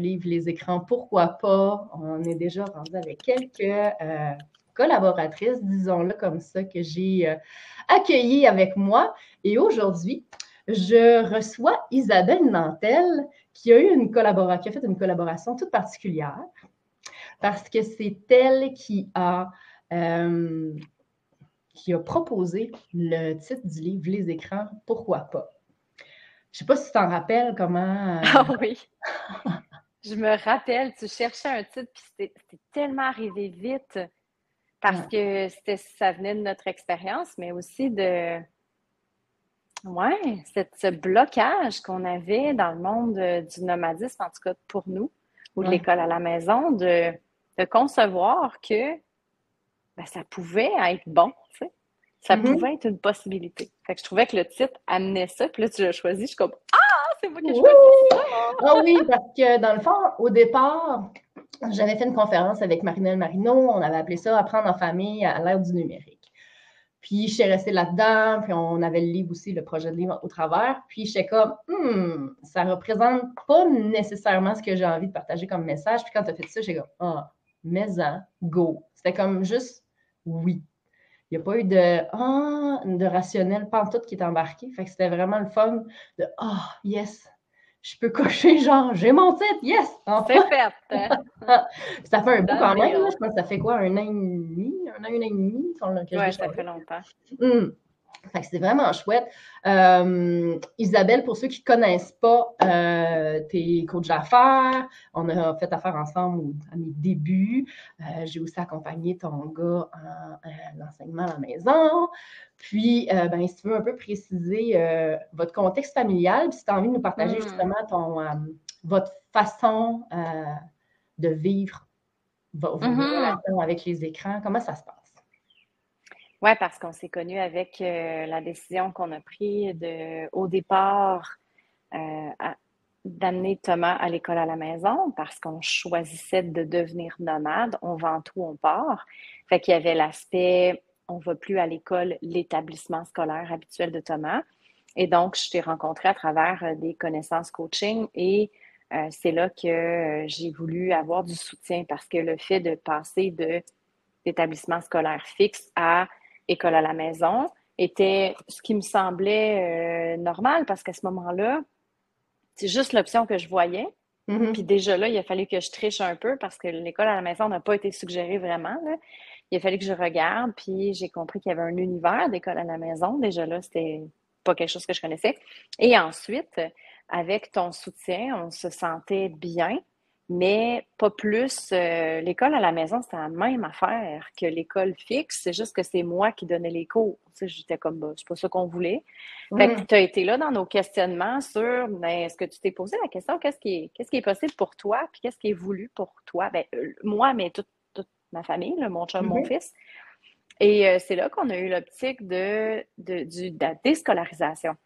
livre Les écrans, pourquoi pas? On est déjà rendu avec quelques collaboratrices, disons-le comme ça, que j'ai accueillies avec moi. Et aujourd'hui, je reçois Isabelle Nantel, qui a fait une collaboration toute particulière, parce que c'est elle qui a proposé le titre du livre Les écrans, pourquoi pas? Je ne sais pas si tu t'en rappelles comment... Ah oui, je me rappelle, tu cherchais un titre, puis c'était tellement arrivé vite parce que ça venait de notre expérience, mais aussi ce blocage qu'on avait dans le monde du nomadisme, en tout cas pour nous, ou de l'école à la maison, de concevoir que ça pouvait être bon, tu sais. Ça pouvait être une possibilité. Fait que je trouvais que le titre amenait ça, puis là, tu l'as choisi, je suis comme « Ah, c'est moi qui ai choisi ça! » Ah oui, parce que dans le fond, au départ, j'avais fait une conférence avec Marinelle Marino, on avait appelé ça « Apprendre en famille à l'ère du numérique ». Puis, je suis restée là-dedans, puis on avait le livre aussi, le projet de livre au travers. Puis, j'étais comme, ça représente pas nécessairement ce que j'ai envie de partager comme message. Puis, quand tu as fait ça, j'étais comme, mais go. C'était comme juste oui. Il n'y a pas eu de rationnel pantoute qui est embarqué. Fait que c'était vraiment le fun de yes, je peux cocher, genre, j'ai mon titre, yes! Enfin. C'est fait! Ça fait un bout quand même, là. Je pense que ça fait quoi, un an et demi? Oui, ça fait longtemps. Fait que c'est vraiment chouette. Isabelle, pour ceux qui ne connaissent pas, t'es coach d'affaires. On a fait affaire ensemble à mes débuts. J'ai aussi accompagné ton gars en enseignement à la maison. Puis, si tu veux un peu préciser votre contexte familial, puis si tu as envie de nous partager justement votre façon de vivre vos relations avec les écrans, comment ça se passe? Oui, parce qu'on s'est connus avec la décision qu'on a prise au départ d'amener Thomas à l'école à la maison parce qu'on choisissait de devenir nomade. On vend tout, on part. Fait qu'il y avait l'aspect, on ne va plus à l'école, l'établissement scolaire habituel de Thomas. Et donc, je t'ai rencontré à travers des connaissances coaching et c'est là que j'ai voulu avoir du soutien parce que le fait de passer d'établissement scolaire fixe à école à la maison était ce qui me semblait normal parce qu'à ce moment-là, c'est juste l'option que je voyais. Puis déjà là, il a fallu que je triche un peu parce que l'école à la maison n'a pas été suggérée vraiment, là. Il a fallu que je regarde, puis j'ai compris qu'il y avait un univers d'école à la maison. Déjà là, c'était pas quelque chose que je connaissais. Et ensuite, avec ton soutien, on se sentait bien, mais pas plus. L'école à la maison, c'était la même affaire que l'école fixe. C'est juste que c'est moi qui donnais les cours. Tu sais, j'étais comme, c'est pas ça qu'on voulait. Fait que tu as été là dans nos questionnements sur, est-ce que tu t'es posé la question, qu'est-ce qui est possible pour toi, puis qu'est-ce qui est voulu pour toi? Moi, mais toute ma famille, là, mon chum, mon fils. Et c'est là qu'on a eu l'optique de la déscolarisation.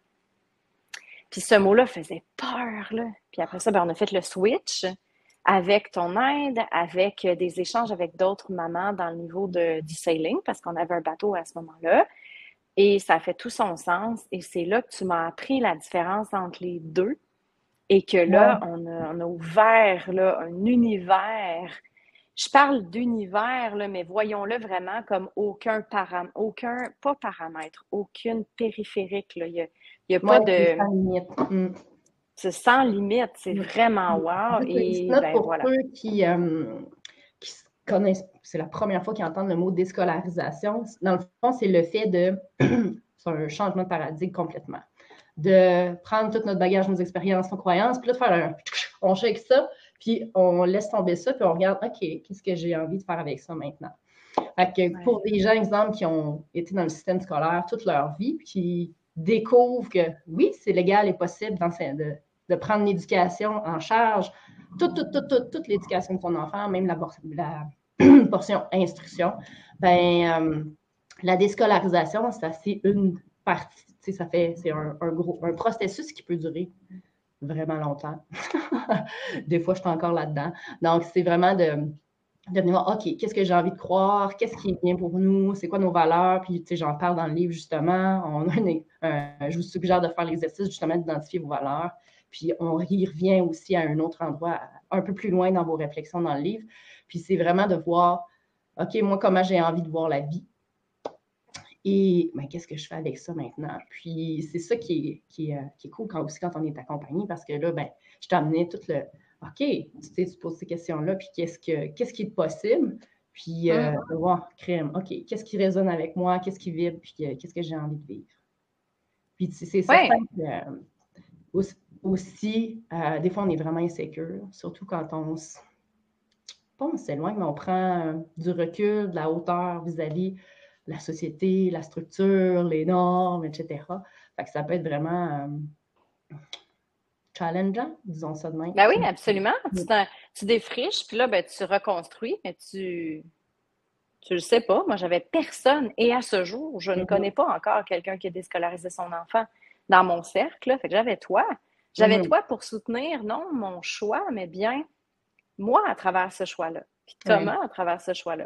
Puis ce mot-là faisait peur, là. Puis après ça, on a fait le switch avec ton aide, avec des échanges avec d'autres mamans dans le niveau du sailing, parce qu'on avait un bateau à ce moment-là. Et ça fait tout son sens. Et c'est là que tu m'as appris la différence entre les deux. Et que là, on a ouvert là, un univers. Je parle d'univers, là, mais voyons-le vraiment comme aucun paramètre, aucune périphérique. Là. Il y a pas de... Sans limite. C'est sans limite, c'est vraiment wow. Et pour voilà. ceux qui connaissent, c'est la première fois qu'ils entendent le mot déscolarisation. Dans le fond, c'est le fait c'est un changement de paradigme complètement. De prendre tout notre bagage, nos expériences, nos croyances, puis là, de faire on shake ça, puis on laisse tomber ça, puis on regarde, OK, qu'est-ce que j'ai envie de faire avec ça maintenant? Fait que pour des gens, exemple, qui ont été dans le système scolaire toute leur vie, puis qui découvrent que oui, c'est légal et possible de prendre l'éducation en charge, toute l'éducation de ton enfant, même la portion instruction, la déscolarisation, c'est une partie. C'est un processus qui peut durer vraiment longtemps. Des fois, je suis encore là-dedans. Donc, c'est vraiment de venir voir, OK, qu'est-ce que j'ai envie de croire? Qu'est-ce qui est bien pour nous? C'est quoi nos valeurs? Puis, tu sais, j'en parle dans le livre, justement. Je vous suggère de faire l'exercice, justement, d'identifier vos valeurs. Puis on y revient aussi à un autre endroit, un peu plus loin dans vos réflexions dans le livre. Puis c'est vraiment de voir, OK, moi, comment j'ai envie de voir la vie. Et ben, qu'est-ce que je fais avec ça maintenant? Puis c'est ça qui est cool aussi quand on est accompagné, parce que là, ben, je t'amenais tout le OK, tu poses ces questions-là, puis qu'est-ce qui est possible? Puis de voir, crème, OK, qu'est-ce qui résonne avec moi? Qu'est-ce qui vibre? Puis qu'est-ce que j'ai envie de vivre? Puis c'est certain que aussi, des fois, on est vraiment insécure, surtout quand on s'éloigne, mais on prend du recul, de la hauteur vis-à-vis la société, la structure, les normes, etc. Fait que ça peut être vraiment challengeant, disons ça de même. Ben oui, absolument. Tu défriches, puis là, ben, tu reconstruis, mais tu le sais pas. Moi, j'avais personne. Et à ce jour, je ne connais pas encore quelqu'un qui a déscolarisé son enfant dans mon cercle. Fait que j'avais toi. J'avais toi pour soutenir, non mon choix, mais bien moi à travers ce choix-là. Puis Thomas à travers ce choix-là.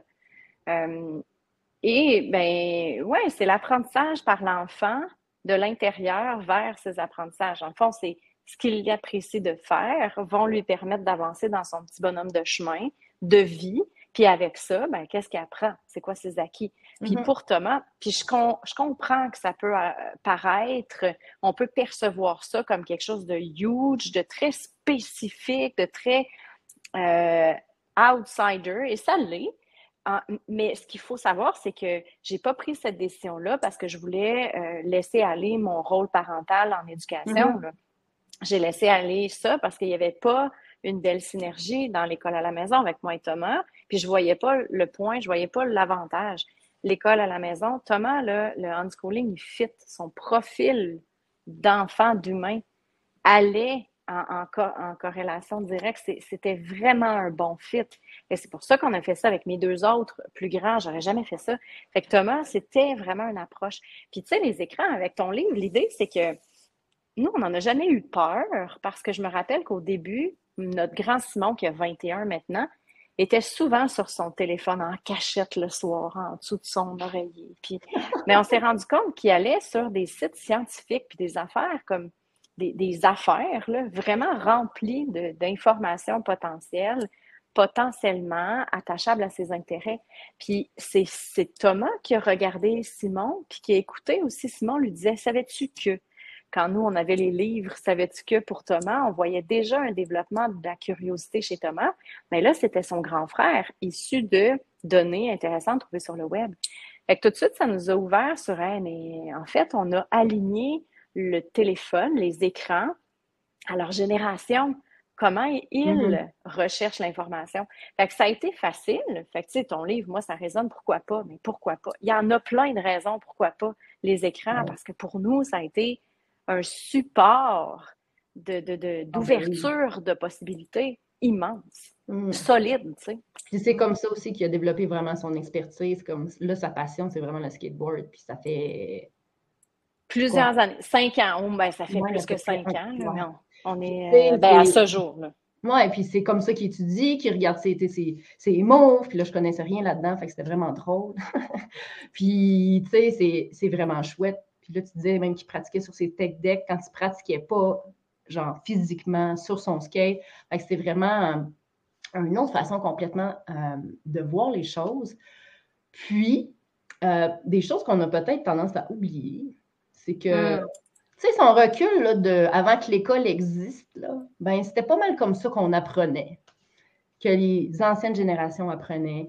Et ben ouais, c'est l'apprentissage par l'enfant de l'intérieur vers ses apprentissages. En fond, c'est ce qu'il apprécie de faire vont lui permettre d'avancer dans son petit bonhomme de chemin, de vie. Puis avec ça, ben, qu'est-ce qu'il apprend? C'est quoi ses acquis? Puis pour Thomas, puis je comprends que ça peut paraître, on peut percevoir ça comme quelque chose de huge, de très spécifique, de très outsider, et ça l'est. Mais ce qu'il faut savoir, c'est que j'ai pas pris cette décision-là parce que je voulais laisser aller mon rôle parental en éducation. J'ai laissé aller ça parce qu'il n'y avait pas une belle synergie dans l'école à la maison avec moi et Thomas. Puis je voyais pas le point, je voyais pas l'avantage. L'école à la maison, Thomas, là, le unschooling, il fit son profil d'enfant, d'humain, allait en corrélation directe. C'était vraiment un bon fit. Et c'est pour ça qu'on a fait ça avec mes deux autres plus grands. J'aurais jamais fait ça. Fait que Thomas, c'était vraiment une approche. Puis tu sais, les écrans avec ton livre, l'idée, c'est que nous, on n'en a jamais eu peur parce que je me rappelle qu'au début, notre grand Simon, qui a 21 maintenant, était souvent sur son téléphone en cachette le soir, en dessous de son oreiller. Puis, mais on s'est rendu compte qu'il allait sur des sites scientifiques puis des affaires comme des affaires là, vraiment remplies d'informations potentielles, potentiellement attachables à ses intérêts. Puis c'est Thomas qui a regardé Simon, puis qui a écouté aussi Simon, lui disait, savais-tu que quand nous, on avait les livres, savais-tu que pour Thomas, on voyait déjà un développement de la curiosité chez Thomas. Mais là, c'était son grand frère, issu de données intéressantes trouvées sur le web. Fait que tout de suite, ça nous a ouvert sur, hey, mais en fait, on a aligné le téléphone, les écrans, à leur génération. Comment ils recherchent l'information. Fait que ça a été facile. Fait que, tu sais, ton livre, moi, ça résonne, pourquoi pas, mais pourquoi pas? Il y en a plein de raisons, pourquoi pas, les écrans, parce que pour nous, ça a été un support d'ouverture de possibilités immense, solide, tu sais. Puis c'est comme ça aussi qu'il a développé vraiment son expertise. Comme là, sa passion, c'est vraiment le skateboard. Puis ça fait plusieurs années. 5 ans. Oh, ben, ça fait plus que 5 ans. Là, mais on est ben, à ce jour. Là. Ouais, et puis c'est comme ça qu'il étudie, qu'il regarde ses mots. Puis là, je connaissais rien là-dedans, fait que c'était vraiment drôle. Puis, tu sais, c'est vraiment chouette. Puis là, tu disais même qu'il pratiquait sur ses tech decks quand il pratiquait pas, genre physiquement, sur son skate. Fait que c'est vraiment une autre façon complètement de voir les choses. Puis, des choses qu'on a peut-être tendance à oublier, c'est que, tu sais, son recul là, avant que l'école existe, là, ben, c'était pas mal comme ça qu'on apprenait, que les anciennes générations apprenaient.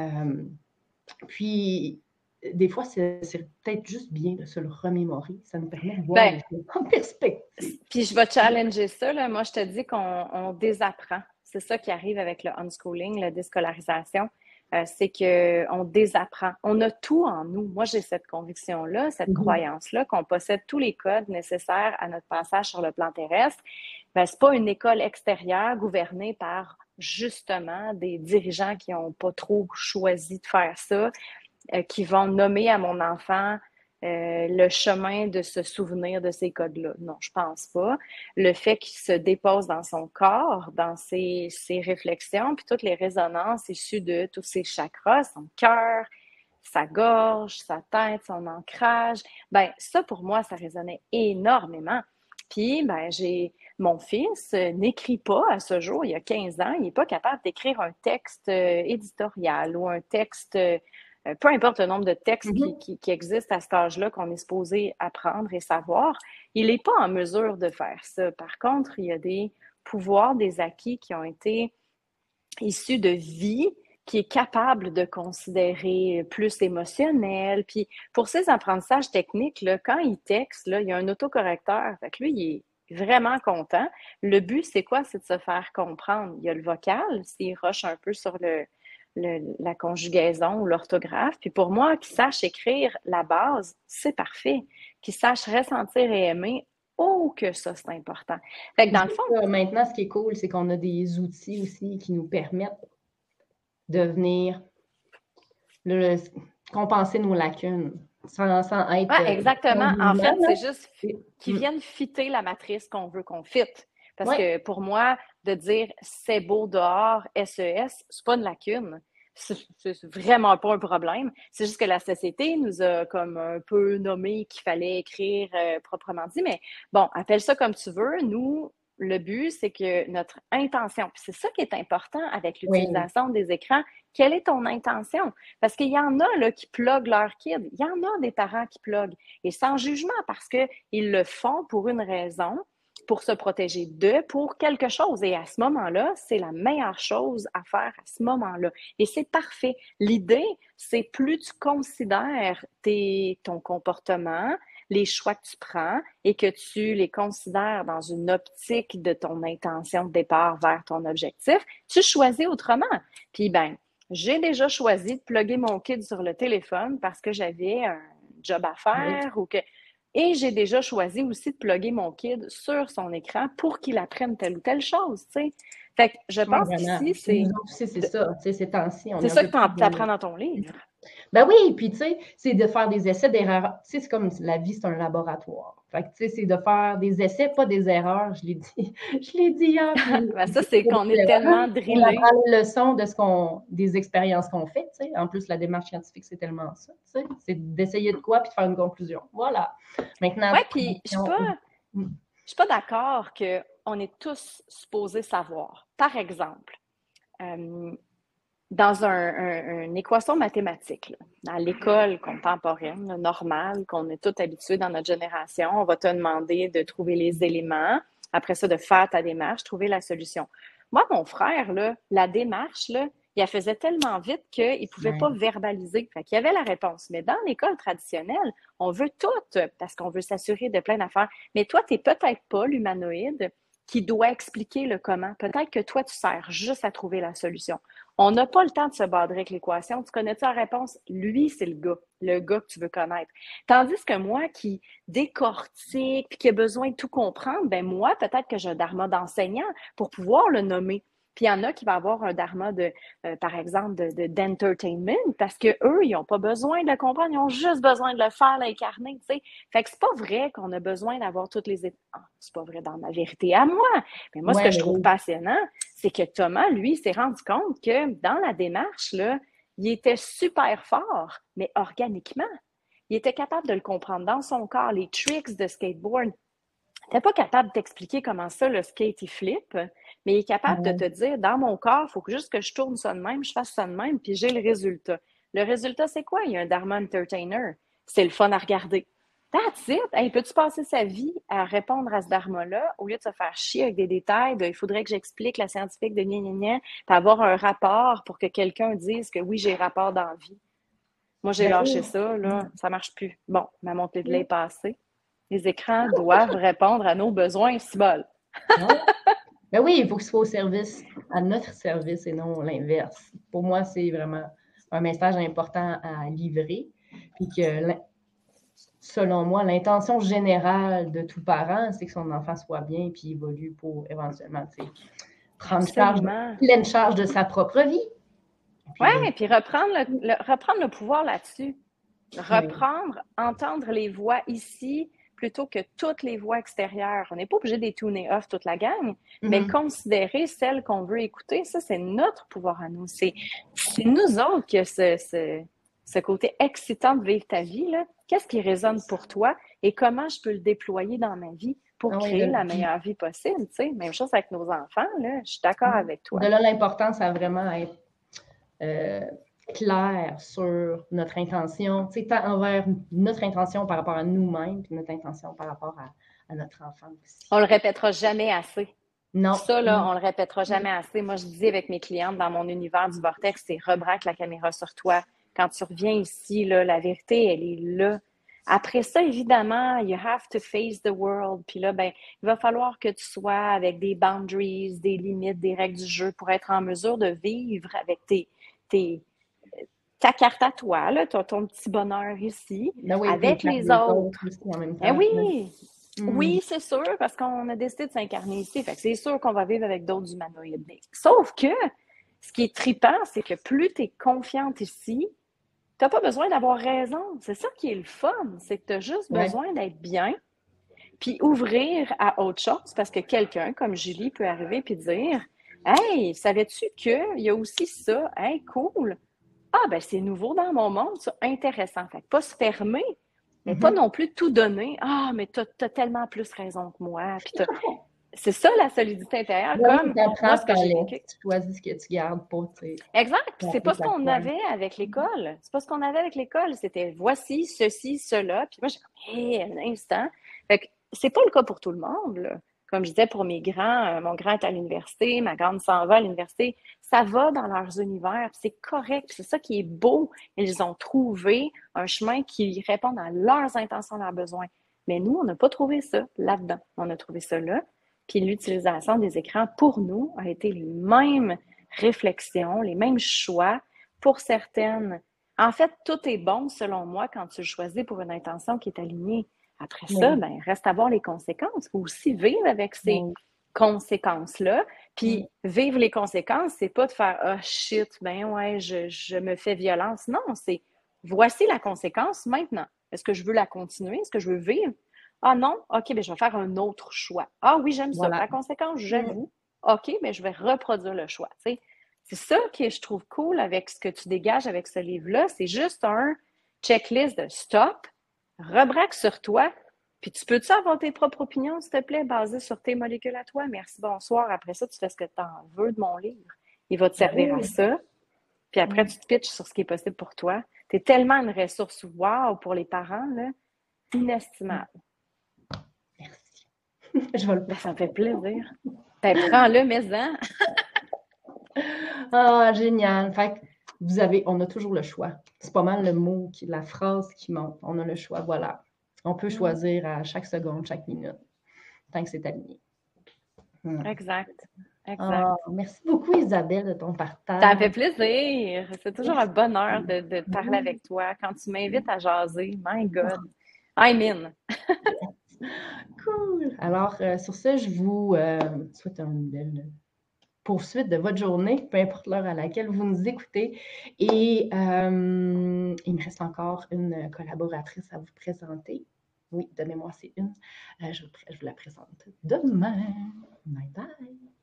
Puis, des fois, c'est peut-être juste bien de se le remémorer. Ça nous permet de voir les choses en perspective. Puis, je vais challenger ça. Là. Moi, je te dis qu'on désapprend. C'est ça qui arrive avec le unschooling, la déscolarisation. C'est qu'on désapprend. On a tout en nous. Moi, j'ai cette conviction-là, cette croyance-là, qu'on possède tous les codes nécessaires à notre passage sur le plan terrestre. Ben, c'est pas une école extérieure gouvernée par, justement, des dirigeants qui n'ont pas trop choisi de faire ça, qui vont nommer à mon enfant le chemin de se souvenir de ces codes-là. Non, je pense pas. Le fait qu'il se dépose dans son corps, dans ses réflexions, puis toutes les résonances issues de tous ses chakras, son cœur, sa gorge, sa tête, son ancrage, ben ça, pour moi, ça résonnait énormément. Puis, ben, j'ai mon fils n'écrit pas à ce jour, il y a 15 ans, il n'est pas capable d'écrire un texte éditorial ou un texte, peu importe le nombre de textes qui existent à cet âge-là qu'on est supposé apprendre et savoir, il n'est pas en mesure de faire ça. Par contre, il y a des pouvoirs, des acquis qui ont été issus de vie, qui est capable de considérer plus émotionnel. Puis pour ces apprentissages techniques, là, quand il texte, là, il y a un autocorrecteur. Fait que lui, il est vraiment content. Le but, c'est quoi? C'est de se faire comprendre. Il y a le vocal, s'il rush un peu sur la conjugaison ou l'orthographe. Puis pour moi, qu'il sache écrire la base, c'est parfait. Qu'il sache ressentir et aimer, oh que ça, c'est important. Fait que dans le fond... Maintenant, ce qui est cool, c'est qu'on a des outils aussi qui nous permettent de venir compenser nos lacunes sans être... Ouais, exactement. En fait, c'est juste qu'ils viennent fitter la matrice qu'on veut qu'on fitte. Parce que pour moi, de dire « c'est beau dehors », SES, c'est pas une lacune. C'est vraiment pas un problème. C'est juste que la société nous a comme un peu nommé qu'il fallait écrire proprement dit. Mais bon, appelle ça comme tu veux. Nous, le but, c'est que notre intention, puis c'est ça qui est important avec l'utilisation des écrans, quelle est ton intention? Parce qu'il y en a là, qui pluguent leur kid. Il y en a des parents qui pluguent. Et sans jugement, parce qu'ils le font pour une raison, pour se protéger d'eux, pour quelque chose. Et à ce moment-là, c'est la meilleure chose à faire à ce moment-là. Et c'est parfait. L'idée, c'est plus tu considères ton comportement, les choix que tu prends et que tu les considères dans une optique de ton intention de départ vers ton objectif, tu choisis autrement. Puis, j'ai déjà choisi de plugger mon kid sur le téléphone parce que j'avais un job à faire et j'ai déjà choisi aussi de plugger mon kid sur son écran pour qu'il apprenne telle ou telle chose, tu sais. Fait que je pense qu'ici, c'est ça, tu sais, ces temps-ci. C'est ça que tu apprends dans ton livre. Ben oui, puis tu sais, c'est de faire des essais d'erreurs. Tu sais, c'est comme la vie, c'est un laboratoire. Fait que tu sais, c'est de faire des essais, pas des erreurs, je l'ai dit. Je l'ai dit hier. Ça, c'est qu'on est tellement drillé. On apprend les leçons des expériences qu'on fait, tu sais. En plus, la démarche scientifique, c'est tellement ça, tu sais. C'est d'essayer de quoi puis de faire une conclusion. Voilà. Maintenant. Oui, puis je suis pas d'accord qu'on est tous supposés savoir. Par exemple, dans une équation mathématique, là, à l'école contemporaine, normale, qu'on est tous habitués dans notre génération, on va te demander de trouver les éléments, après ça, de faire ta démarche, trouver la solution. Moi, mon frère, là, la démarche, là, il la faisait tellement vite qu'il ne pouvait pas verbaliser. Fait qu'il y avait la réponse. Mais dans l'école traditionnelle, on veut tout parce qu'on veut s'assurer de plein d'affaires. Mais toi, tu n'es peut-être pas l'humanoïde qui doit expliquer le comment. Peut-être que toi, tu sers juste à trouver la solution. On n'a pas le temps de se badrer avec l'équation. Tu connais-tu la réponse? Lui, c'est le gars que tu veux connaître. Tandis que moi, qui décortique puis qui a besoin de tout comprendre, moi, peut-être que j'ai un dharma d'enseignant pour pouvoir le nommer. Puis il y en a qui vont avoir un dharma par exemple, d'entertainment parce qu'eux, ils n'ont pas besoin de le comprendre, ils ont juste besoin de le faire, l'incarner, tu sais. Fait que c'est pas vrai qu'on a besoin d'avoir toutes les étapes. C'est pas vrai dans ma vérité à moi. Mais moi, ce que je trouve passionnant, c'est que Thomas, lui, s'est rendu compte que dans la démarche, là, il était super fort, mais organiquement. Il était capable de le comprendre dans son corps, les tricks de skateboard. Tu n'es pas capable de t'expliquer comment ça, le skate, il flippe, mais il est capable de te dire, dans mon corps, il faut juste que je tourne ça de même, je fasse ça de même, puis j'ai le résultat. Le résultat, c'est quoi? Il y a un Dharma Entertainer. C'est le fun à regarder. That's it! Hey, peux-tu passer sa vie à répondre à ce dharma-là au lieu de se faire chier avec des détails il faudrait que j'explique la scientifique de gna gna gna, puis avoir un rapport pour que quelqu'un dise que oui, j'ai rapport dans la vie. Moi, j'ai lâché ça, là, ça marche plus. Bon, ma montée de lait est passée. Les écrans doivent répondre à nos besoins, c'est bol. Ben oui, il faut que ce soit au service, à notre service et non l'inverse. Pour moi, c'est vraiment un message important à livrer. Puis que, selon moi, l'intention générale de tout parent, c'est que son enfant soit bien et puis évolue pour éventuellement prendre pleine charge de sa propre vie. Oui, et puis reprendre le pouvoir là-dessus. Reprendre, entendre les voix ici plutôt que toutes les voix extérieures. On n'est pas obligé de les tuner off toute la gang, mais considérer celles qu'on veut écouter, ça, c'est notre pouvoir à nous. C'est nous autres qui a ce côté excitant de vivre ta vie, là. Qu'est-ce qui résonne pour toi et comment je peux le déployer dans ma vie pour Ah oui, créer la meilleure vie possible, tu sais. Même chose avec nos enfants, là. Je suis d'accord avec toi. De là, l'importance à vraiment être clair sur notre intention, tu sais, tant envers notre intention par rapport à nous-mêmes, puis notre intention par rapport à notre enfant aussi. On le répétera jamais assez. Non. Ça, là, on le répétera jamais assez. Moi, je dis avec mes clientes dans mon univers du vortex, c'est rebraque la caméra sur toi. Quand tu reviens ici, là, la vérité, elle est là. Après ça, évidemment, you have to face the world. Puis là, ben, il va falloir que tu sois avec des boundaries, des limites, des règles du jeu pour être en mesure de vivre avec ta carte à toi, là, ton petit bonheur ici, Ben oui, avec les autres. Aussi en même temps. Eh oui! Oui, c'est sûr, parce qu'on a décidé de s'incarner ici. Fait que c'est sûr qu'on va vivre avec d'autres humanoïdes. Sauf que, ce qui est trippant, c'est que plus tu es confiante ici, tu n'as pas besoin d'avoir raison. C'est ça qui est le fun. C'est que tu as juste besoin d'être bien, puis ouvrir à autre chose, parce que quelqu'un comme Julie peut arriver puis dire « Hey, savais-tu qu'il y a aussi ça? Hey, cool! Ah, ben c'est nouveau dans mon monde, ça, intéressant. » Fait que pas se fermer, mais pas non plus tout donner. Ah, mais t'as tellement plus raison que moi. Puis c'est ça la solidité intérieure. Comme moi, ce que j'ai vécu. Tu choisis ce que tu gardes pour. Exact. Puis c'est pas ce qu'on avait avec l'école. C'est pas ce qu'on avait avec l'école. C'était voici, ceci, cela. Puis moi, j'ai comme, hé, un instant. Fait que c'est pas le cas pour tout le monde, là. Comme je disais pour mes grands, mon grand est à l'université, ma grande s'en va à l'université. Ça va dans leurs univers, c'est correct, c'est ça qui est beau. Ils ont trouvé un chemin qui répond à leurs intentions, leurs besoins. Mais nous, on n'a pas trouvé ça là-dedans. On a trouvé ça là. Puis l'utilisation des écrans, pour nous, a été les mêmes réflexions, les mêmes choix pour certaines. En fait, tout est bon, selon moi, quand tu le choisis pour une intention qui est alignée. Après ça, ben, reste à voir les conséquences. Il faut aussi vivre avec ces conséquences-là. Puis vivre les conséquences, c'est pas de faire « Ah, shit, ben ouais, je me fais violence. » Non, c'est « Voici la conséquence maintenant. Est-ce que je veux la continuer? Est-ce que je veux vivre? Ah non? OK, ben je vais faire un autre choix. Ah oui, j'aime ça. La conséquence, j'avoue. OK, ben je vais reproduire le choix. » Tu sais, c'est ça que je trouve cool avec ce que tu dégages avec ce livre-là. C'est juste un checklist de stop, rebraque sur toi, puis tu peux-tu avoir tes propres opinions, s'il te plaît, basées sur tes molécules à toi? Merci, bonsoir. Après ça, tu fais ce que tu en veux de mon livre. Il va te servir à ça. Puis après, tu te pitches sur ce qui est possible pour toi. Tu es tellement une ressource wow pour les parents, là, inestimable. Merci. Je vais le prendre. Ça me fait plaisir. Ben, prends-le, mais-en. Ah, génial. Fait que on a toujours le choix. C'est pas mal le mot, la phrase qui monte. On a le choix, voilà. On peut choisir à chaque seconde, chaque minute, tant que c'est aligné. Exact. Ah, merci beaucoup, Isabelle, de ton partage. Ça me fait plaisir. C'est toujours un bonheur de parler avec toi. Quand tu m'invites à jaser, my God, I'm in. Cool. Alors, sur ce, je vous souhaite une belle poursuite de votre journée, peu importe l'heure à laquelle vous nous écoutez. Et il me reste encore une collaboratrice à vous présenter. Oui, de mémoire, c'est une. Je vous la présente demain. Bye bye.